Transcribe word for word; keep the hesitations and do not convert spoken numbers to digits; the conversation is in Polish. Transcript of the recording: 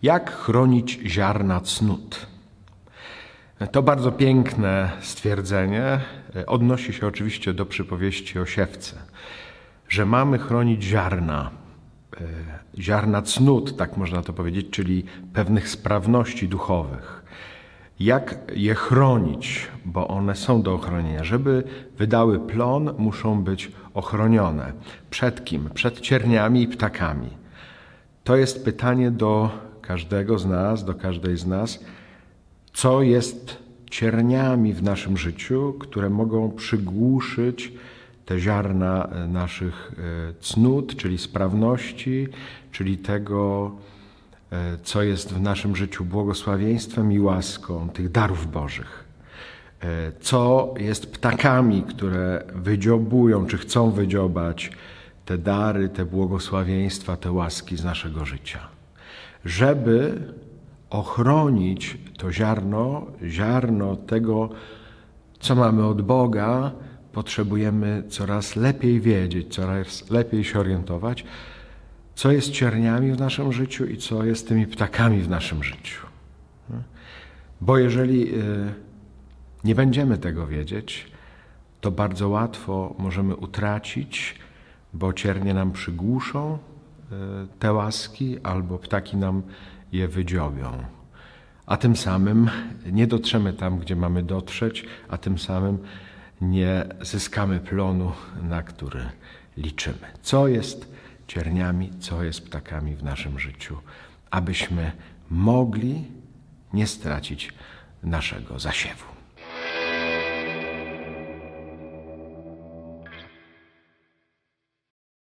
Jak chronić ziarna cnót? To bardzo piękne stwierdzenie. Odnosi się oczywiście do przypowieści o siewce, że mamy chronić ziarna, ziarna cnót, tak można to powiedzieć, czyli pewnych sprawności duchowych. Jak je chronić, bo one są do ochronienia. Żeby wydały plon, muszą być ochronione. Przed kim? Przed cierniami i ptakami. To jest pytanie do każdego z nas, do każdej z nas, co jest cierniami w naszym życiu, które mogą przygłuszyć te ziarna naszych cnót, czyli sprawności, czyli tego, co jest w naszym życiu błogosławieństwem i łaską, tych darów Bożych. Co jest ptakami, które wydziobują, czy chcą wydziobać te dary, te błogosławieństwa, te łaski z naszego życia. Żeby ochronić to ziarno, ziarno tego, co mamy od Boga, potrzebujemy coraz lepiej wiedzieć, coraz lepiej się orientować, co jest cierniami w naszym życiu i co jest tymi ptakami w naszym życiu. Bo jeżeli nie będziemy tego wiedzieć, to bardzo łatwo możemy utracić, bo ciernie nam przygłuszą te łaski, albo ptaki nam je wydziobią. A tym samym nie dotrzemy tam, gdzie mamy dotrzeć, a tym samym nie zyskamy plonu, na który liczymy. Co jest cierniami, co jest ptakami w naszym życiu, abyśmy mogli nie stracić naszego zasiewu.